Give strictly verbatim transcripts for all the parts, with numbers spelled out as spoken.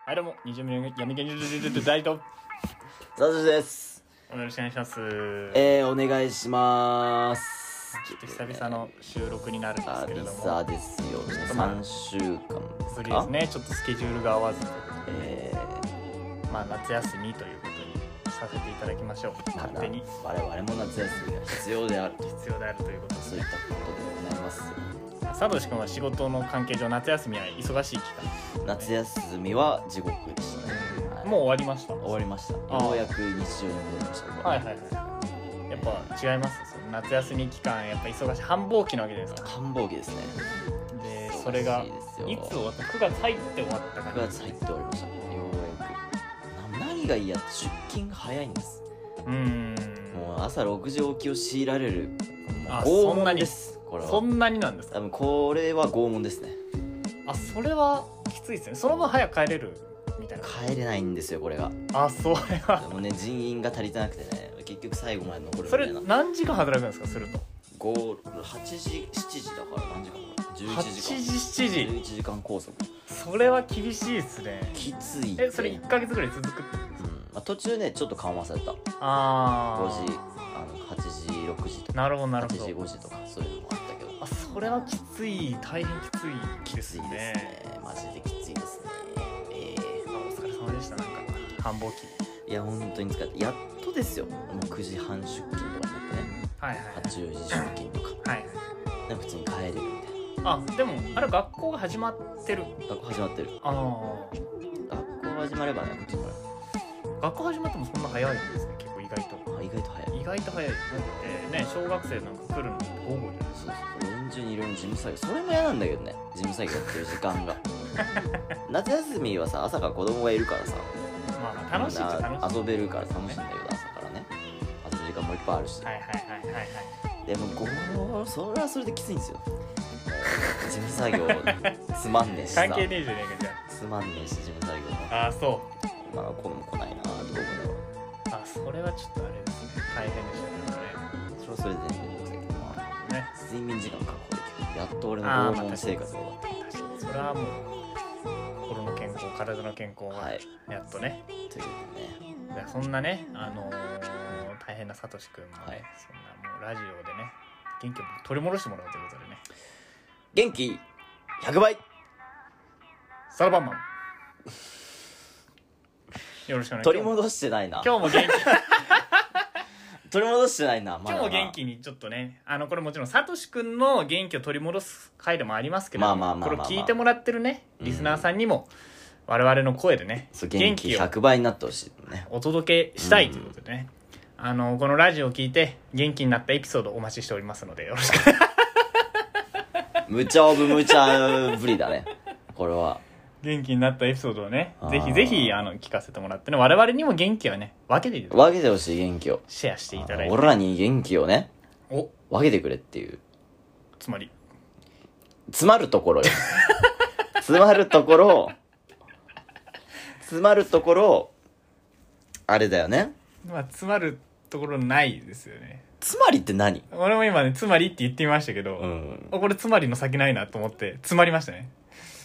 はいどうもにじゅうミリ闇現実大とザズです。 よろしくお願いします。 えー、お願いします。 ちょっと久々の収録になるんですけれども、 久々ですよ。さんしゅうかんですか。 そうですね、ちょっとスケジュールが合わずということで、 えー、 まあ夏休みということにさせていただきましょう。勝手に我々も夏休みが必要である必要であるということで、 そういったことでございます。 佐藤君は仕事の関係上夏休みは忙しい期間、 夏休みは地獄でしたね、はい、 もう終わりました。 終わりました。ようやく日常に戻りました。 はいはいはい。やっぱ違います。その夏休み期間やっぱ忙しい繁忙期なわけじゃないですか。 繁忙期ですね。 でそれがいつ終わった？くがつ入って終わったかな。 くがつ入って終わりました。ようやく。な何が嫌って出勤が早いんです。 うーん。 もう朝ろくじ起きを強いられる拷問です。 これはそんなになんですか？ 多分これは拷問ですね。 あ、それはきついですね。その分早く帰れるみたいな。 帰れないんですよこれが。 あ、それはでもね、人員が足りてなくてね、結局最後まで残るみそれたいな。 何時間働くんですか？するとご、はちじ、しちじだから何時間かな、じゅういちじかん、 はちじしちじじゅういちじかん拘束。 それは厳しいですね。 きついって。 え、それいっかげつぐらい続くってことですか？ うん、まあ、途中ねちょっと緩和された。 あごじ、あのはちじ、ろくじとか、 なるほどなるほど。 はちじ、ごじとかそういうのもあったけど、 あ、それはきつい、大変きついですきついですね。 ね。マジできついですね。えあ、お疲れ様でした。なんか繁忙期。 ー、いや本当に疲れて、やっとですよ。もうくじはん出勤とかになってね、 はいはいはちじ出勤とか、 はいはい。 で普通に帰れるみたいあ、でもあれ学校が始まってる。 な。学校始まってる。 ああ、 学校始まればね、こっちも学校始まってもそんな早いんですね。結構意外とあ意外と早い。 意外と早い。だってね、小学生なんか来るのって午後じゃないですか。 そうそうそう、午前中にいろいろ事務作業、それも嫌なんだけどね、事務作業やってる時間が夏休みはさ、朝から子供がいるからさ、 まあまあ楽しいっちゃ楽しい。 遊べるから楽しいんだけど、朝からね遊ぶ時間もいっぱいあるし、 はいはいはいはいはい。 でも午後それはそれできついんですよ事務作業つまんねえしさ、 関係ねえじゃねえかじゃつまんねえし事務作業も、 あ。ああ、そうまあ子供来ないなとか思いながら、 あ、それはちょっとあれですね、大変でしたね。 それはそれで全然いいんだけど、まあね、 睡眠時間確保できる。やっと俺の拷問生活が終わった。 確かにそれはもう心の健康、体の健康がはい、 やっとね、 ということでね、 いやそんなね、あのー、大変なさとしくんもね、 はい、 そんなもうラジオでね元気を取り戻してもらおうということでね、 元気ひゃくばいサラバンマンよろしくお願いします。 取り戻してないな。 今日も元気取り戻してないな。まだ今日も元気にちょっとね、あのこれもちろんサトシくんの元気を取り戻す回でもありますけれども、 まあまあまあまあまあこれを聞いてもらってるねリスナーさんにも我々の声でね、 そう元気ひゃくばいになってほしいね。 お届けしたいということでね、あのこのラジオを聞いて元気になったエピソードをお待ちしておりますのでよろしく無茶オブ無茶ぶりだねこれは。 元気になったエピソードをね、 あーぜひぜひあの聞かせてもらってね、我々にも元気をね分けていただ分けてほしい、元気を。 シェアしていただいて、 俺らに元気をねお分けてくれっていう。 つまり詰まるところよ詰まるところ詰まるところあれだよね。 まあ詰まるところないですよね。 つまりって何？ 俺も今ねつまりって言ってみましたけど、 うん、 これつまりの先ないなと思って詰まりましたね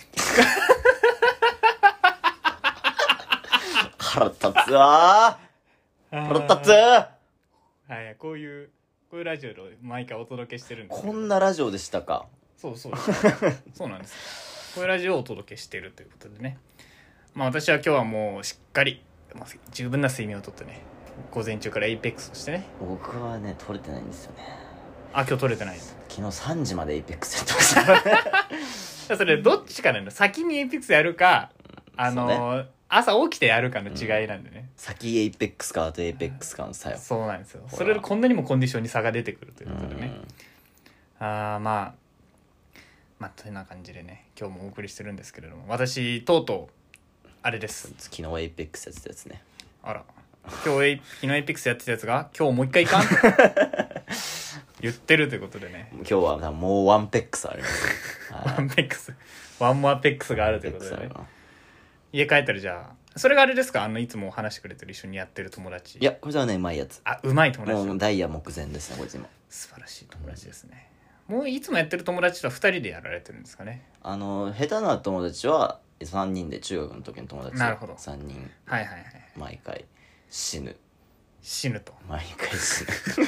腹立つわー腹立つー。 はい、こういうこういうラジオで毎回お届けしてるんですけど、 こんなラジオでしたか。 そうそうそうなんですこういうラジオをお届けしているということでね、まあ私は今日はもうしっかり、まあ、十分な睡眠をとってね、午前中からエイペックスをしてね。 僕はね取れてないんですよね。 あ、今日取れてないです。 昨日さんじまでエイペックスやってましたからねそれどっちかなんだ、先にエイペックスやるか、あのーね、朝起きてやるかの違いなんでね、うん、 先エイペックスかあとエイペックスかの差よ。 そうなんですよ。それでこんなにもコンディションに差が出てくるということでね、あーまあまあというような感じでね今日もお送りしてるんですけれども、私とうとうあれです、 昨日エイペックスやってたやつね。 あら、今日エイ昨日エイペックスやってたやつが今日もう一回いかん言ってるということでね、 今日はもうワンペックスありますワンペックスワンモアペックスがあるということでね、家帰ったらじゃあそれがあれですか、あのいつも話してくれてる一緒にやってる友達。 いやこれはねうまいやつ。 あ、うまい友達。 もうダイヤ目前ですねこいつ今。 素晴らしい友達ですね、うん、もういつもやってる友達とはふたりでやられてるんですかね。 あの下手な友達はさんにんで中学の時の友達なるほどさんにんはいはいはい毎回死ぬ死ぬと。 毎回死ぬ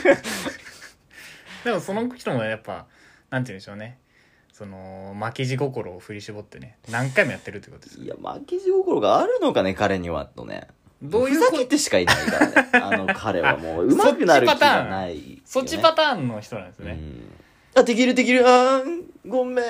でもその人もやっぱなんて言うんでしょうね、その負けじ心を振り絞ってね何回もやってるってことです。 いや負けじ心があるのかね彼にはとね。 どういうふざけてしかいないからねあの彼はもう上手くなる気がない、ね、 そっちパターンの人なんですね、 うん、あできるできるあーごめん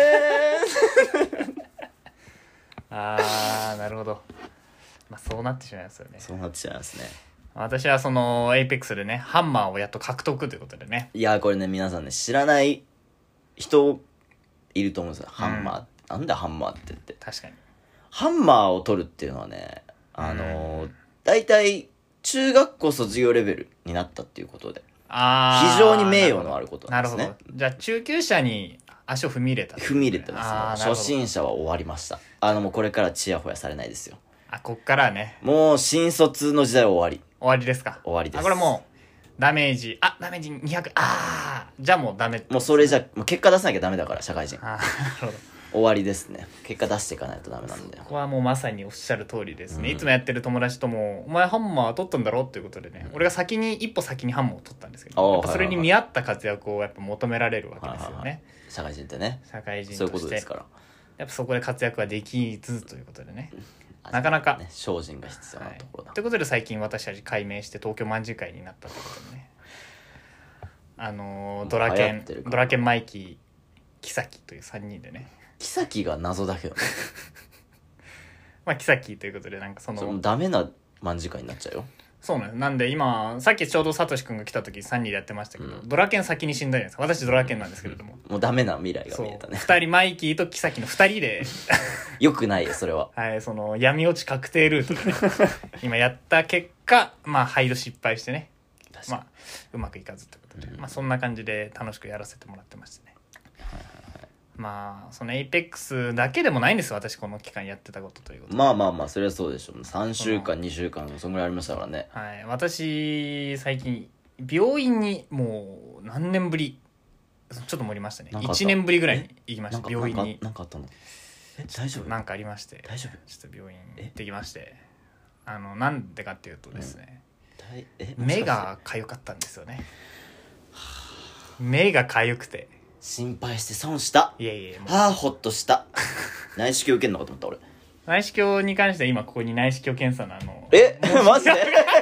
あーなるほど、まあそうなってしまいますよね。 そうなっちゃいますね。 私はそのエイペックスでねハンマーをやっと獲得ということでね。 いやこれね皆さんね知らない人いると思うんですよ、ハンマーなんだハンマーって言って。 確かにハンマーを取るっていうのはねあのー、大体中学校卒業レベルになったっていうことであ非常に名誉のあることなんですね。 なるほど。じゃあ中級者に足を踏み入れた、 踏み入れてますもう初心者者は終わりました。あのもうこれからチヤホヤされないですよ。 あこっからはねもう新卒の時代は終わり終わりですか。 終わりです。 あこれもうダメージあダメージにひゃくああじゃあもうダメもうそれじゃもう結果出さなきゃダメだから社会人あなるほど。 終わりですね。結果出していかないとダメなんで。 ここはもうまさにおっしゃる通りですね、 うんいつもやってる友達とも「お前ハンマー取ったんだろ?」っていうことでね、うん、俺が先に一歩先にハンマーを取ったんですけど、やっぱそれに見合った活躍をやっぱ求められるわけですよね、はいはいはい、 社会人ってね社会人としてそういうことですからやっぱそこで活躍はできずということでねなかなか、 ね、精進が必要なところだ、 はい、ということで最近私たち改名して東京卍会になったということでねあのー、ドラケンドラケンマイキーキサキというさんにんでねキサキが謎だけどねまあキサキということでなんかそのそのダメな卍会になっちゃうよ。 そうなんです。なんで今さっきちょうどサトシ君が来た時さんにんでやってましたけど、うん、ドラケン先に死んだじゃないですか。私ドラケンなんですけれども、 うん、もうダメな未来が見えたね。 ふたりマイキーとキサキのふたりでよくないよそれは。 はいその闇落ち確定ルートでね今やった結果まあ廃炉失敗してねまあうまくいかずということで、うん、まあそんな感じで楽しくやらせてもらってましたね。まあそのエイペックスだけでもないんですよ私この期間やってたことということで。 まあまあまあそれはそうでしょう。さんしゅうかんにしゅうかんそんぐらいありましたからね。 はい私最近病院にもう何年ぶりちょっと盛りましたね。いちねんぶりぐらいに行きました病院に。 何かあったの？え大丈夫？ なんかありまして大丈夫？ ちょっと病院行ってきましてあのなんでかっていうとですね、 うん、え目が痒かったんですよね。目が痒くて心配して損した。 いやいやもうはあほっとした内視鏡受けんのかと思った俺。 内視鏡に関しては今ここに内視鏡検査のあのえマジで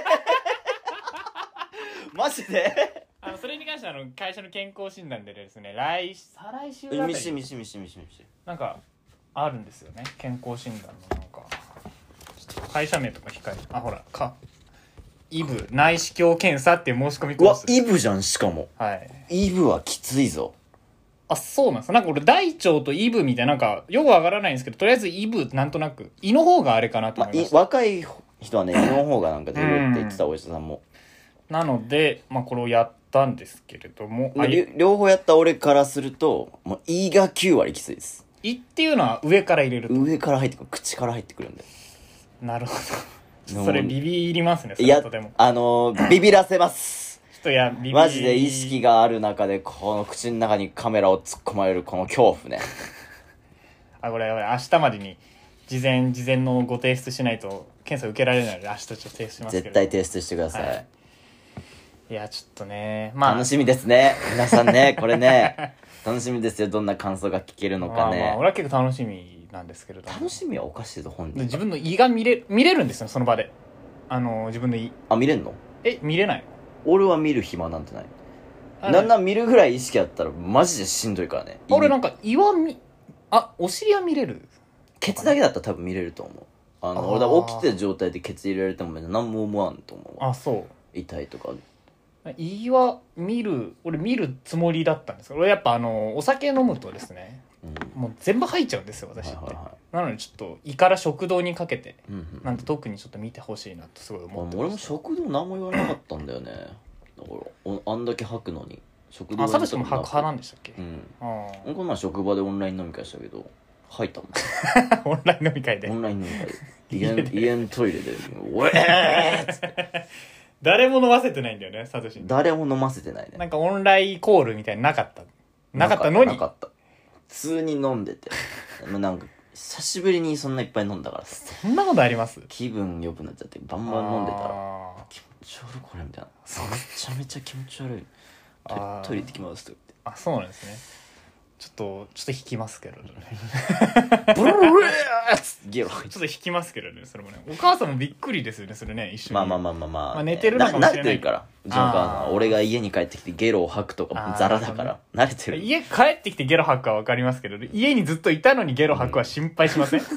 マジであのそれに関してはあの会社の健康診断でですね来再来週あたり見し見し見し見し見しなんかあるんですよね健康診断のなんかちょっと会社名とか控えてあほらかイブ内視鏡検査っていう申し込みコース。 うわイブじゃんしかも。 はいイブはきついぞ。 あそうなんです。なんか俺大腸とイブみたいななんかよくわからないんですけどとりあえずイブなんとなく胃の方があれかなと思いました、 まあ、若い人はね胃の方がなんか出るって言ってたお医者さんもなので、まあ、これをやったんですけれども、 まあ、両方やった俺からするともう胃がきゅうわりきついです。 胃っていうのは上から入れると上から入ってくる口から入ってくるんで。 なるほどそれビビりますね。そいやとでもあのー、ビビらせますちょっとやビビマジで意識がある中でこの口の中にカメラを突っ込まれるこの恐怖ねあこれ明日までに事前事前のご提出しないと検査受けられないので明日ちょっと提出しますけど絶対提出してください、はい、 いやちょっとねまあ楽しみですね皆さんねこれね楽しみですよどんな感想が聞けるのかね。 まあまあ俺は結構楽しみなんですけれども楽しみはおかしいぞ本人。 自分の胃が見れ見れるんですよその場であの自分の胃あ見れんの？ え見れないの？ 俺は見る暇なんてない。なんなん見るぐらい意識あったらマジでしんどいからね。 俺なんか胃はみあお尻は見れる。 ケツだけだったら多分見れると思う。あの俺だ起きてる状態でケツ入れられても何も思わんと思う。 あそう痛いとか。 胃は見る俺見るつもりだったんですけど俺やっぱあのお酒飲むとですね、うん、もう全部入っちゃうんですよ私って、はいはいはい、なのでちょっと胃から食道にかけて、うんうん、なんて特にちょっと見てほしいなとすごい思ってました。 俺も食道何も言われなかったんだよねだからあんだけ吐くのに食道あサトシも吐く派なんでしたっけ？うんあこの前職場でオンライン飲み会したけど吐いたもんオンライン飲み会でオンライン飲み会で家のトイレでおえーっつって誰も飲ませてないんだよねサトシに。 誰も飲ませてないね。 なんかオンラインコールみたいななかったなかったのになかった普通に飲んでてなんか久しぶりにそんないっぱい飲んだからさ、 そんなことあります？ 気分良くなっちゃってバンバン飲んでたらあー気持ち悪いこれみたいな、めちゃめちゃ気持ち悪い、トイレあートイレ行ってきますとあ、そうなんですね。ちょっとちょっと引きますけどね。 言ってブルルルーッゲロちょっと引きますけどね、それもね。お母さんもびっくりですよね、それね、一緒に。 まあまあまあまあまあ、 まあ寝てるのかもしれない慣れてるからうちのお母さんはあー俺が家に帰ってきてゲロを吐くとかあーザラだから慣れてる。 家帰ってきてゲロ吐くは分かりますけど、家にずっといたのにゲロ吐くは心配しません？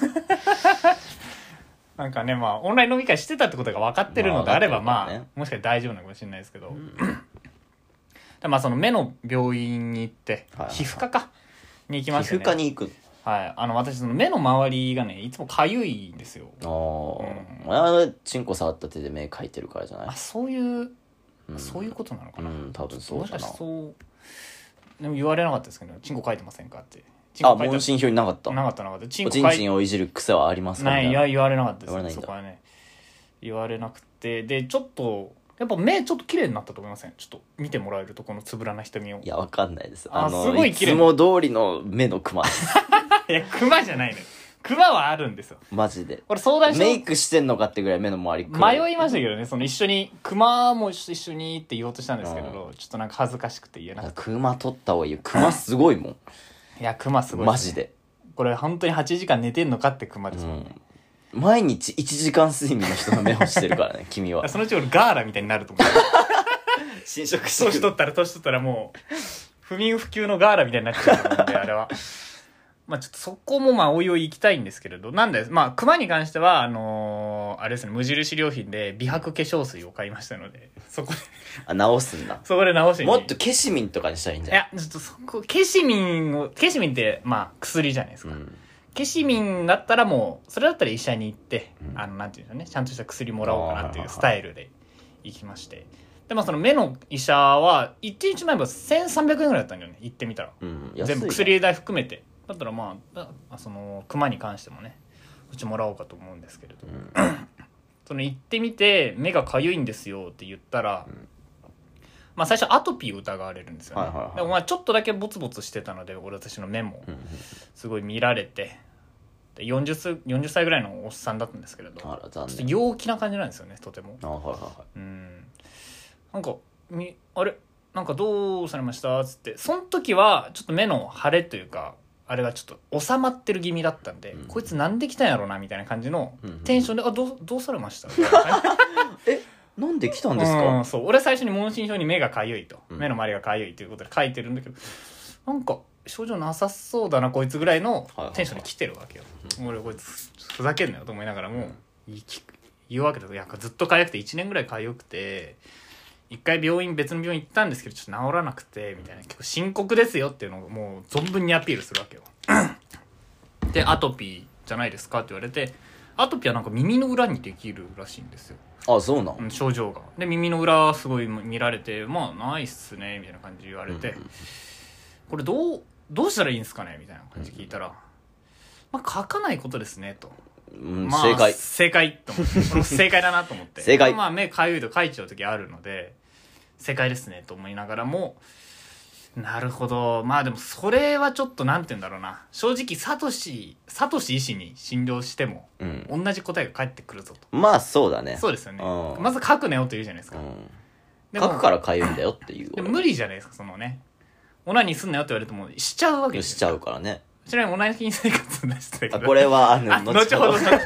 なんかね、まあオンライン飲み会してたってことが分かってるのであれば、まあ、 まあ分かってるからねもしかして大丈夫なのかもしれないですけど、でまあその目の病院に行って、 はいはいはい皮膚科かに行きまして皮膚ね。 科に行く。 はい、あの私その目の周りがねいつもかゆいんですよ。 ああ、 うん俺はチンコ触った手で目描いてるからじゃない？ あ、そういう、 うんそういうことなのかな。 うん多分そうもしだな。 かしてそうでも言われなかったですけど、チンコ書いてませんかって。チンあ、 コ書いて問診票になかった。 なかったなかった。チンおちんコ書いちんをいじる癖はありますかない、いみたいや言われなかったです言われないんだそこはね言われなくて、でちょっとやっぱ目ちょっと綺麗になったと思いません？ちょっと見てもらえるとこのつぶらな瞳を。 いやわかんないです。 ああのすごい綺麗いつも通りの目のクマですいやクマじゃないね。クマはあるんですよ。 マジで。 これ相談してメイクしてんのかってぐらい目の周り黒い。 迷いましたけどね、その一緒にクマも一緒にって言おうとしたんですけど、ちょっとなんか恥ずかしくて言えなかった。 クマ取った方がいいよ。クマすごいもん。 いやクマすごいすねマジで。 これ本当にはちじかん寝てんのかってクマですもんね、 うん。毎日いちじかん睡眠の人の目をしてるからね、君は。 そのうち俺ガーラみたいになると思う侵食して年取ったら年取ったらもう不眠不休のガーラみたいになっちゃうと思うんであれはまあちょっとそこもまあおいおい行きたいんですけれど、なんでまあクマに関してはあのーあれですね、無印良品で美白化粧水を買いましたので、そこであ、直すんだ。 そこで直しにもっとケシミンとかにしたらいいんじゃないいやちょっとそこケシミンをケシミンってまあ薬じゃないですか、 うん。 ケシミンだったらもうそれだったら医者に行って、 うんあのなんていうんでしょうね、ちゃんとした薬もらおうかなっていうスタイルで行きまして、でまあその目の医者は行ってしまえばせんさんびゃくえんぐらいだったんだよね、行ってみたら、 うん。安い全部薬代含めてだったらまあだそのクマに関してもねうちもらおうかと思うんですけれど、 うん。 その行ってみて目がかゆいんですよって言ったら、 うんまあ最初アトピーを疑われるんですよね、 はいはいはいでもまあちょっとだけボツボツしてたので俺私の目もうん。 すごい見られて、で よんじゅう, よんじゅっさいぐらいのおっさんだったんですけれど、 あら、残ちょっと念。 陽気な感じなんですよね、とても。 あ、はいはいはうんなんかみあれなんかどうされましたっつって、その時はちょっと目の腫れというかあれがちょっと収まってる気味だったんで、 うんこいつなんで来たんやろなみたいな感じのうんうんテンションで、あどうどうされましたみたいな感じい。え、なんで来たんですうかんそう俺最初に問診票に目がかゆいと、 うん目の周りがかゆいということで書いてるんだけど、なんか症状なさそうだなこいつぐらいのテンションで来てるわけよ、俺こいつふざけんなよと思いながらも、いき言うわけだと、いやずっとかゆくていちねんぐらいかゆくて一回病院別の病院行ったんですけどちょっと治らなくてみたいな、結構深刻ですよっていうのをもう存分にアピールするわけよでアトピーじゃないですかって言われて、アトピーはなんか耳の裏にできるらしいんですよ、 あ、そうなんうん症状が。で耳の裏すごい見られて、まあないっすねみたいな感じで言われて、 うんこれどうどうしたらいいんですかねみたいな感じで聞いたら、まあ書かないことですねと、 うん、 まあ、 正解。 正解と思ってこれも正解だなと思って正解まあ目かゆいと書いちゃう時あるので正解ですねと思いながらも、なるほど、まあでもそれはちょっとなんて言うんだろうな、正直サトシサトシ医師に診療してもうん。 同じ答えが返ってくるぞと、 まあ、そうだね。 そうですよね、 うんまず書くなよと言うじゃないですか、 うん。 でも書くからかゆいんだよっていう。 でも無理じゃないですか、そのねオナニーすんなよって言われてもしちゃうわけですよ。 しちゃうからね。 ちなみにオナニー生活でしたけどあ、これは、あの、 あ後ほど後ほど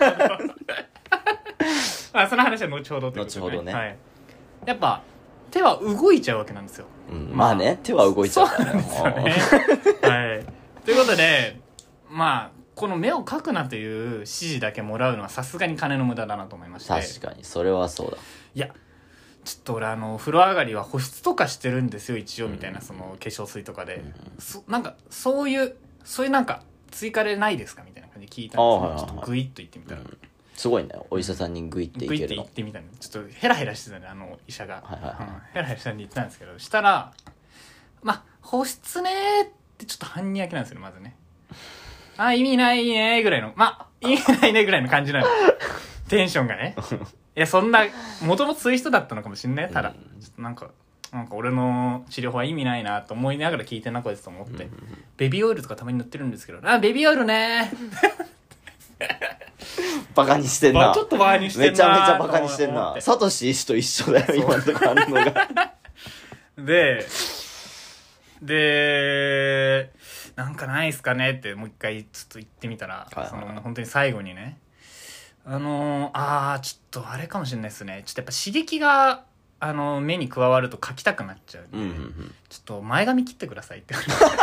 あその話は後ほどということで、 後ほどねはい、やっぱ手は動いちゃうわけなんですよ、 うん、まあね、手は動いちゃうからね。 そうなんですよねはいということでまあこの目を描くなという指示だけもらうのはさすがに金の無駄だなと思いまして、 確かに、それはそうだ。 いやちょっと俺あの風呂上がりは保湿とかしてるんですよ一応みたいな、その化粧水とかで、そなんかそういうそういうなんか追加でないですかみたいな感じで聞いたんですけど、 あはいはいはいちょっとグイッと言ってみたら、 うんすごいね、お医者さんにグイっていグイってけるの。 言ってみたの、ちょっとヘラヘラしてたねあの医者が、 はいはいはいうんヘラヘラしたんで言ったんですけど、したらまあ保湿ねーってちょっと半に焼きなんですよまずね、あ意味ないねーぐらいの、まあ意味ないねぐらいの感じなのテンションがねいやそんなもともとそういう人だったのかもしんない、ただ、 うんちょっとなんかなんか俺の治療法は意味ないなと思いながら聞いてんなこいつと思って、ベビーオイルとかたまに塗ってるんですけど、あベビーオイルねーバカにしてんな。 まあちょっとバカにしてんなめちゃめちゃバカにしてんな。 と思ってサトシ医師と一緒だよ、今のとこあるのが。 ででなんかないっすかねってもう一回ちょっと言ってみたら、 はいはいその本当に最後にね、あのー、あーちょっとあれかもしれないですね、ちょっとやっぱ刺激があの目に加わると描きたくなっちゃうんで、 うんうんうん。 ちょっと前髪切ってくださいって言われて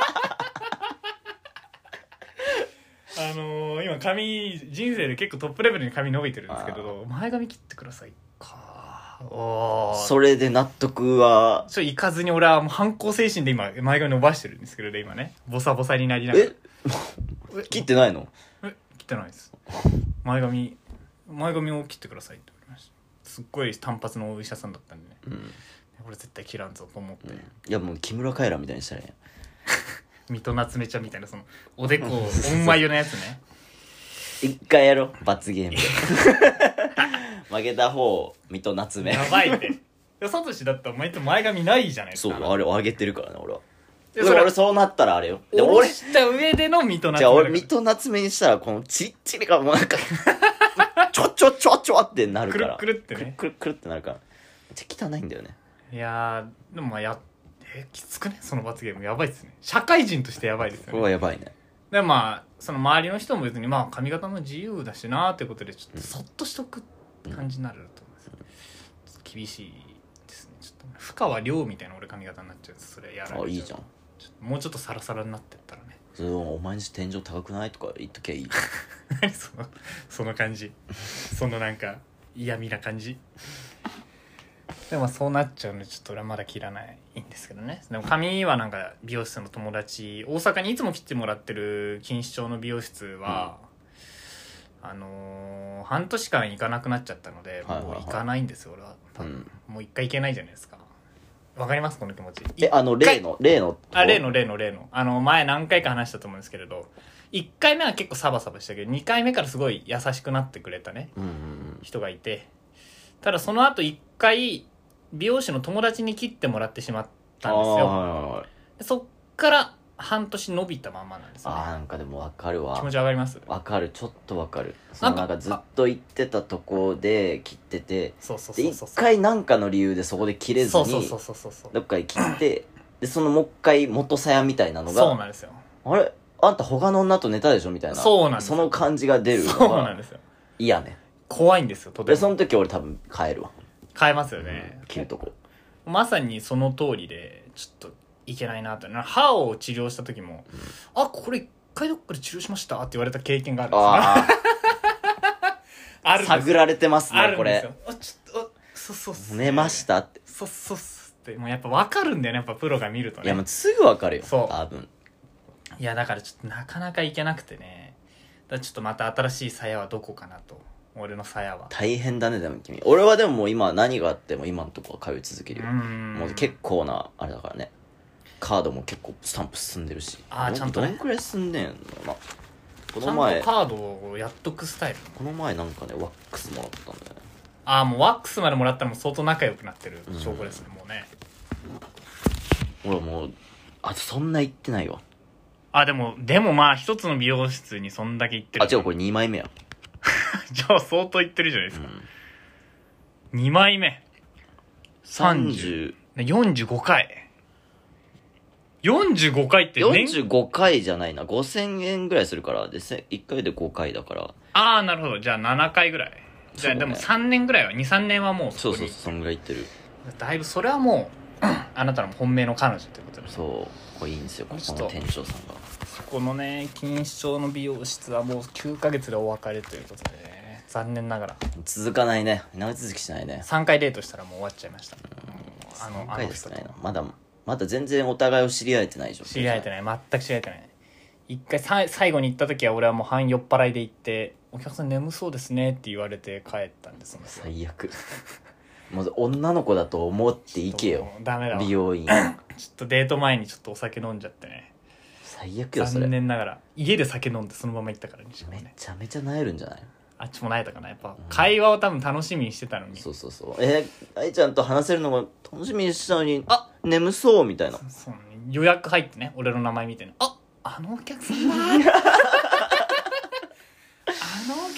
あのー、今髪人生で結構トップレベルに髪伸びてるんですけど、前髪切ってくださいか、おーそれで納得は。 ちょっといかずに俺はもう反抗精神で今前髪伸ばしてるんですけどね、今ねボサボサになりながら。 え切ってないの？ え切ってないです。前髪前髪を切ってくださいって言われました。すっごい単発のお医者さんだったんでね、 うん。 俺絶対切らんぞと思って、 うん、いやもう木村カエラみたいにしたらいいやん。 水戸夏目ちゃんみたいなそのおでこオンマイのやつね一回やろう、罰ゲームで。負けた方水戸夏目。 やばいって。いやサトシだったらお前と前髪ないじゃないですか。 そう、あれを上げてるからね、俺は。ででそれも俺そうなったらあれよ。で下ろ俺、 した上での水戸夏目じゃあ俺、 だから水戸夏目にしたら、このチッチリがもうなんか、ちょちょちょちょってなるから。 くるっくるってねくるくるくるってなるから。めっちゃ汚いんだよね。 いやーでもまあやえきつくねその罰ゲームやばいですね。社会人としてやばいですよこれね。 はやばいね。 でまあその周りの人も別にまあ髪型も自由だしなーってことでちょっとそっとしとく感じになると思うんですよ、ちょっと厳しいですね。ちょっと深川亮みたいな俺髪型になっちゃうんです。それやられちゃう。 あ、いいじゃん。 ちょっともうちょっとサラサラになってったらねそれお前んち天井高くないとか言っときゃいい。 何そのその感じそのなんか嫌味な感じでもそうなっちゃうのでちょっと俺はまだ切らないんですけどね。でも髪はなんか美容室の友達大阪にいつも切ってもらってる錦糸町の美容室は、うん、あのー、半年間行かなくなっちゃったので、 はいはいはい、 もう行かないんですよ俺は多分、 うん、 もう一回行けないじゃないですか。わかりますこの気持ち。 え、あの例の例のあ例の例の例のあの前何回か話したと思うんですけれど、いっかいめは結構サバサバしたけどにかいめからすごい優しくなってくれたね、 うんうんうん、 人がいて、ただその後いっかい美容師の友達に切ってもらってしまったんですよ、はいはいはい、でそっから半年伸びたままなんですよね。 あーなんかでも分かるわ。 気持ちわかります？ 分かる、ちょっと分かる。そのなんかずっと行ってたとこで切ってて、 そうそうでそうそう、 一回なんかの理由でそこで切れずにどっかで切ってでそのもう一回元さやみたいなのが、 そうなんですよ。 あれあんた他の女と寝たでしょみたいな、 そうなんですよ。 その感じが出るのがそうなんですよ。 嫌ね。 怖いんですよとても。 でその時俺多分帰るわ。 変えますよね、 うん、切るとこまさにその通りでちょっといけないなと。歯を治療した時も、うん、あこれ一回どっかで治療しましたって言われた経験があるんですよ。ああるんですよ。 探られてますねこれ。 あちょっとそうそうっす、 ね、寝ましたってそうそうっすってもうやっぱ分かるんだよね、やっぱプロが見るとね。 いやもうすぐ分かるよ。 そう多分。 いやだからちょっとなかなかいけなくてね。だからちょっとまた新しい鞘はどこかなと。俺の鞘は大変だね。でも君俺はでももう今何があっても今のとこは通い続けるよ。 うんもう結構なあれだからね。カードも結構スタンプ進んでるし。 あーちゃんとねどんくらい進んでんのな。このちゃ前んとカードをやっとくスタイル。 この前なんかねワックスもらったんだよね。 ああもうワックスまでもらったらもう相当仲良くなってる証拠ですね、うん、もうね。 俺もうあとそんな言ってないわ。 あでもでもまあ一つの美容室にそんだけ行ってる。 あ違うこれにまいめや。 じゃあ相当行ってるじゃないですか、うん、にまいめさんじゅうよんじゅうごかいよんじゅうごかいって年よんじゅうごかいじゃないなごせんえんぐらいするからでいっかいでごかいだから。 ああなるほど。じゃあななかいぐらいじゃあ、ね、でもさんねんぐらいはにさんねんはもうそこに。 そうそうそんぐらい行ってる。 だいぶそれはもうあなたの本命の彼女ということで。 そうこれいいんですよこの店長さんが。 そこのね錦糸町の美容室はもうきゅうかげつでお別れということでね、残念ながら続かないね。長続きしないね。 さんかいデートしたらもう終わっちゃいました。 あのさんかいですね。まだまだ全然お互いを知り合えてない状況。 知り合えてない全く知り合えてない。一回さ最後に行った時は俺はもう半酔っ払いで行ってお客さん眠そうですねって言われて帰ったんですよ。 最悪もう女の子だと思って行けよ。 ダメだわ美容院ちょっとデート前にちょっとお酒飲んじゃってね。 最悪よそれ。 残念ながら家で酒飲んでそのまま行ったからね。 めちゃめちゃなえるんじゃない？ あっちもなえたかな。やっぱ会話を多分楽しみにしてたのに、うん、 そうそうそうえー、愛ちゃんと話せるのが楽しみにしたのにあ眠そうみたいな。 そうそう、ね、予約入ってね俺の名前見てねああのお客さんだ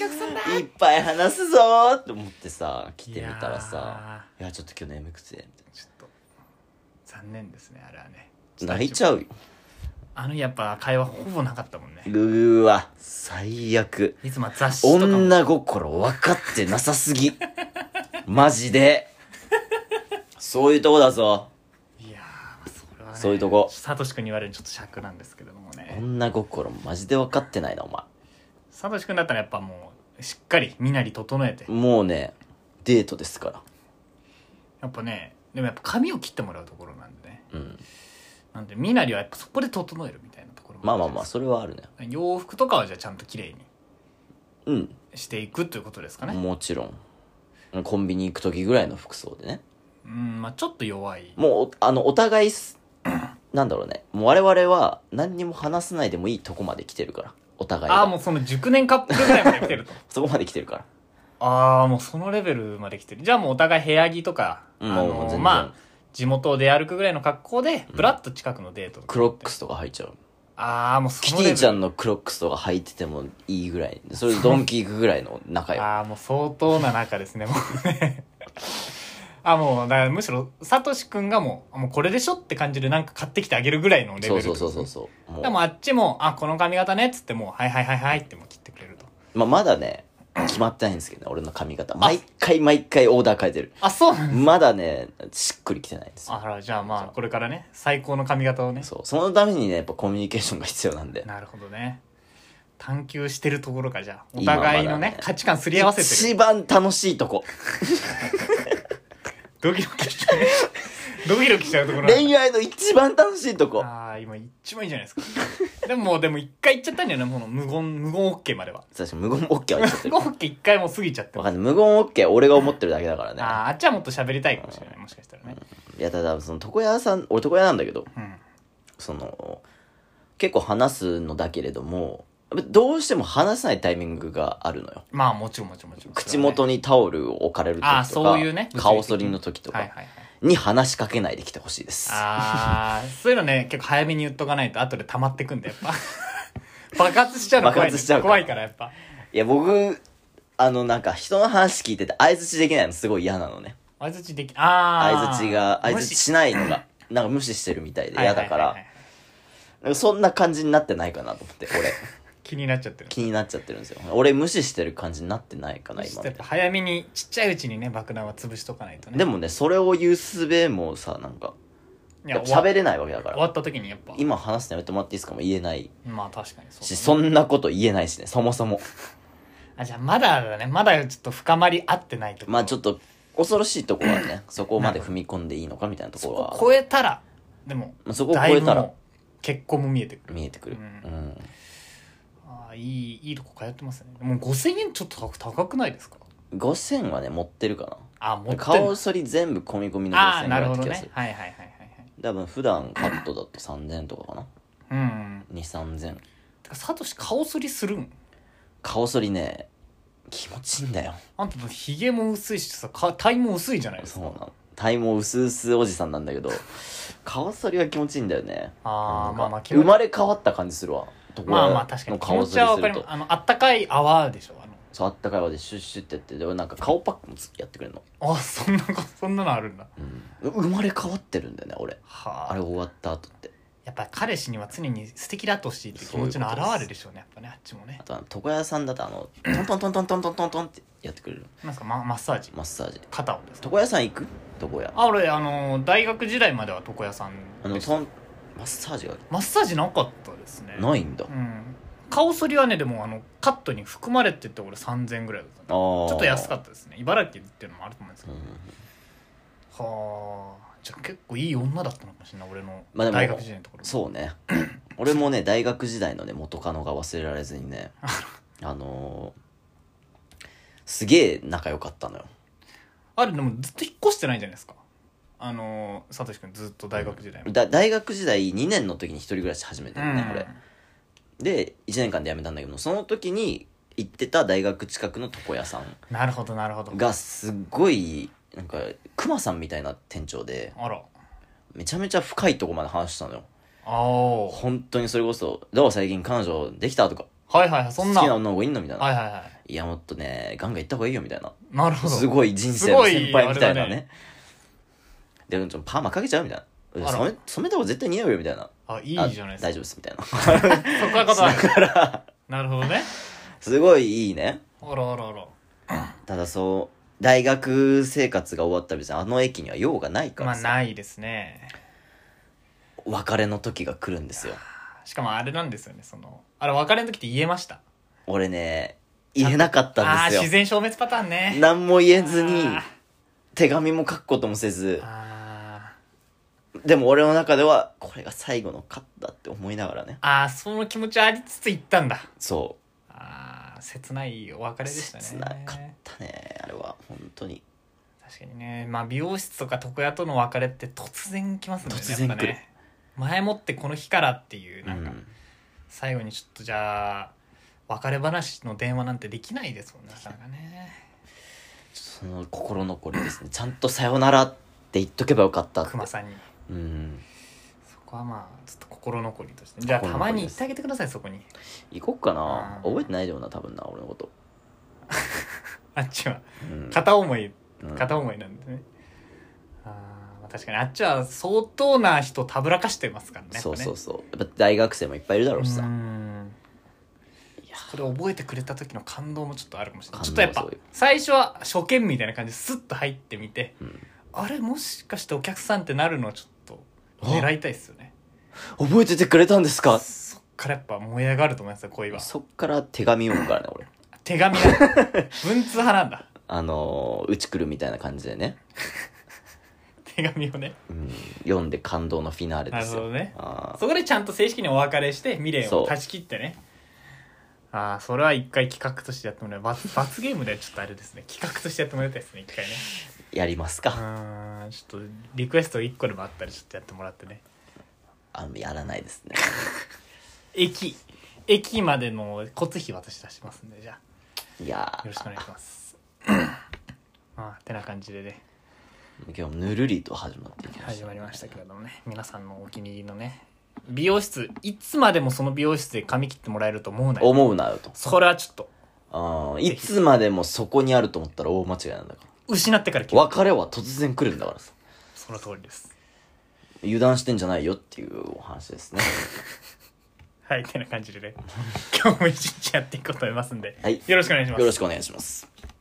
客さんだいっぱい話すぞーって思ってさ来てみたらさ「いやちょっと今日眠くて」みたいちょっと残念ですねあれはね。 な泣いちゃうよ。 あのやっぱ会話ほぼなかったもんね。 うーわ最悪。 いつも雑誌とかも女心分かってなさすぎマジでそういうとこだぞ。 いやーそれはねそういうとこサトシ君に言われるちょっと尺なんですけれどもね。 女心マジで分かってないなお前。 サトシ君だったらやっぱもうしっかり身なり整えてもうねデートですから。 やっぱねでもやっぱ髪を切ってもらうところなんでね。 うんなんで身なりはやっぱそこで整えるみたいなところもまあまあまあそそれはあるね。 洋服とかはじゃあちゃんと綺麗にうんしていくということですかね。 もちろんコンビニ行く時ぐらいの服装でね。 うんまあちょっと弱い。 もうおあのお互いすなんだろうねもう我々は何にも話さないでもいいとこまで来てるからお互いがああもうその熟年カップルぐらいまで来てるとそこまで来てるからああもうそのレベルまで来てる。じゃあもうお互い部屋着とか、 うんあのもう全然まあ地元を出歩くぐらいの格好でブラッと近くのデートとか、 クロックスとか履いちゃう。 ああもうそキのレベルティちゃんのクロックスとか履いててもいいぐらいそれでドンキ行くぐらいの仲よ。 ああもう相当な仲ですねもうねあもうだからむしろサトシ君がもうもうこれでしょって感じでなんか買ってきてあげるぐらいのレベルそうそうそうそうそうもうでもあっちもあこの髪型ねっつってもうはいはいはいはいってもう切ってくれると。 まあ、まだね決まってないんですけどね俺の髪型毎回毎回オーダー変えてる。 あそうなんですまだねしっくりきてないんですよ。 あらじゃあまあこれからね最高の髪型をね。 そうそのためにねやっぱコミュニケーションが必要なんでなるほどね。探求してるところかじゃあお互いのね今まだね価値観すり合わせてる。 一番楽しいとこドキドキしちゃうドキドキしちゃうところなんだ恋愛の一番楽しいとこ。 ああ今一番いいじゃないですかでももうでも一回言っちゃったんだよねもう無言無言 OK までは。 確かに無言 OK は言っちゃってる無言 OK 一回もう過ぎちゃってる。 わかんない無言 OK は俺が思ってるだけだからね。 あああっちはもっと喋りたいかもしれないもしかしたらね。 いやただその床屋さん俺床屋なんだけどうんその結構話すのだけれどもどうしても話さないタイミングがあるのよ。 まあもちろんもちろんもちろん口元にタオルを置かれる時とかあーそういうね顔剃りの時とかはいはいはいに話しかけないで来てほしいです。 ああそういうのね結構早めに言っとかないと後で溜まってくんだやっぱ爆発しちゃうの怖い、ね、 爆発しちゃうから怖いからやっぱいや僕あのなんか人の話聞いてて相づちできないのすごい嫌なのね。 相づちできああ相づちが相づちしないのがなんか無視してるみたいで嫌だからはいはいはいはいなんかそんな感じになってないかなと思って俺気になっちゃってる。 気になっちゃってるんですよ。俺無視してる感じになってないかな今やっぱ早めにちっちゃいうちにね爆弾は潰しとかないとね。 でもねそれを言うすべもさなんかいや喋れないわけだから終わった時にやっぱ今話すのやめてもらっていいですかも言えないまあ確かにそうだね、 しそんなこと言えないしねそもそもあじゃあまだだねまだちょっと深まり合ってないところまあちょっと恐ろしいところはねそこまで踏み込んでいいのかみたいなとそころはこ超えたらでもまあそこを超えたらだいぶもう結婚も見えてくる。 見えてくるううんん、 ああいいいいとこ通ってますね。もうごせんえんちょっと高高くないですか。 ごせんはね持ってるかあ持ってなんんの顔剃り全部込み込みのああごせんぐらないるほどねだった気がする。 はいはいはいはいはい多分普段カットだとさんぜんとかかなうんうんにさんぜん。 てかサトシ顔剃りするん。 顔剃りね気持ちいいんだよ。 あんたひげも薄いしさか体も薄いじゃないですか。 そうなの体毛薄々おじさんなんだけど顔剃りは気持ちいいんだよね。 ああなんかまあまあ気持ち生まれ変わった感じするわ。 まあまあ確かに気持ちはわかります。あのあったかい泡でしょあのそうあったかい泡でシュッシュってやってでなんか顔パックもつやってくれるの、 あそんなこそんなのあるんだ。 うん、生まれ変わってるんだよね俺はああれ終わった後って。 やっぱり彼氏には常に素敵であってほしいっていう気持ちの表れでしょうねやっぱねあっちもねあ。とあの床屋さんだとあのトントントントントントントントンってやってくれるなんすかママッサージマッサージ。 肩をですか。 床屋さん行く床屋あ俺あの大学時代までは床屋さんでした。 あのトンマッサージがマッサージなかったですね。 ないんだ、 うん顔剃りはねでもあのカットに含まれてて俺さんぜんえんぐらいだったね。 あーちょっと安かったですね茨城っていうのもあると思うんですけうんど、はあじゃあ結構いい女だったのかもしれない俺のまあでも大学時代のところ。 そうね俺もね大学時代のね元カノが忘れられずにねあのー、すげえ仲良かったのよ。 あれでもずっと引っ越してないじゃないですかあのー、サトシ君ずっと大学時代も、 だ大学時代にねんの時に一人暮らし始めてるね、 うん俺でいちねんかんで辞めたんだけどその時に行ってた大学近くの床屋さんなるほどなるほどがすっごいなんかクマさんみたいな店長であらめちゃめちゃ深いとこまで話したのよ。 ああは本当にそれこそ「どう最近彼女できた?」とかいはいはい 「 そんな好きな女の子いんの?」みたいな、 はいはいはいいやもっとねガンガン行った方がいいよみたいな、 なるほど。 すごい人生の先輩みたいなね。 すごいあれだねでもちょっとパーマかけちゃうみたいな、 あら染め染めた方が絶対似合うよみたいな、 あ、いいじゃないですか。 大丈夫ですみたいなそこはことある。 だからなるほどね。 すごいいいね。 あらあらあら。 ただそう大学生活が終わったら別にあの駅には用がないかまあらさ、 ないですね。 別れの時が来るんですよ。 しかもあれなんですよね、そのあれ別れの時って言えました？ 俺ね言えなかったんああですよ。 自然消滅パターンね。 何も言えずにあー手紙も書くこともせず、 あでも俺の中ではこれが最後のカットだって思いながらね。 ーあーその気持ちありつつ言ったんだ。 そああ切ないお別うれでしたね。 切なかったねあれは本当に。 確かにね、まあ美容室とか床屋との別れって突然来ますもんね。 突然来るやっぱね、前もってこの日からっていうなんか、 うん最後にちょっとじゃあ別れ話の電話なんてできないですもんね、なかなかね。 その心残りですね。ちゃんとさよならって言っとけばよかったって。 熊さんにうんそこはまあちょっと心残りとして、じゃあたまに行ってあげてください、そこに。 行こっかな。 うん覚えてないよな多分な俺のこと、 あっちはうん片思いうん片思いなんですね。あーまあ確かにあっちは相当な人たぶらかしてますからね。 そうそううそうやっぱ大学生もいっぱいいるだろうしさ、 んいやそれ覚えてくれた時の感動もちょっとあるかもしれない。ちょっとやっぱ感動はすごい最初は初見みたいな感じでスッと入ってみて、 うんあれもしかしてお客さんってなるのをちょっと狙いたいですよね。 覚えててくれたんですか。 そっからやっぱ燃え上がると思いますよ、恋は。 そっから手紙読むからね俺手紙なんだ文通派なんだ。 あのー、うち来るみたいな感じでね、 手紙をね。 うん、読んで感動のフィナーレなですよ。 るほどね。 あそこでちゃんと正式にお別れして未練そうを断ち切ってね。ああそれは一回企画としてやってもらえば罰罰ゲームでちょっとあれですね、企画としてやってもらいたいですね、一回ね。 ーやりますか。 うんちょっとリクエストいっこでもあったらちょっとやってもらってね。 あやらないですね駅駅までの交通費私出しますんで、じゃあいやよろしくお願いしますまあてな感じでねー今日ぬるりと始まっていきました、 始まりましたけれどもね、皆さんのお気に入りのね美容室、いつまでもその美容室で髪切ってもらえると思うなよ。 思うなよと。 それはちょっとあいつまでもそこにあると思ったら大間違いなんだか失ってから切ら。 る。 別れは突然来るんだからさ、 その通りです。 油断してんじゃないよっていうお話ですねはいてな感じでね今日も一日やっていこうと思いますんで、 はいよろしくお願いします。 よろしくお願いします。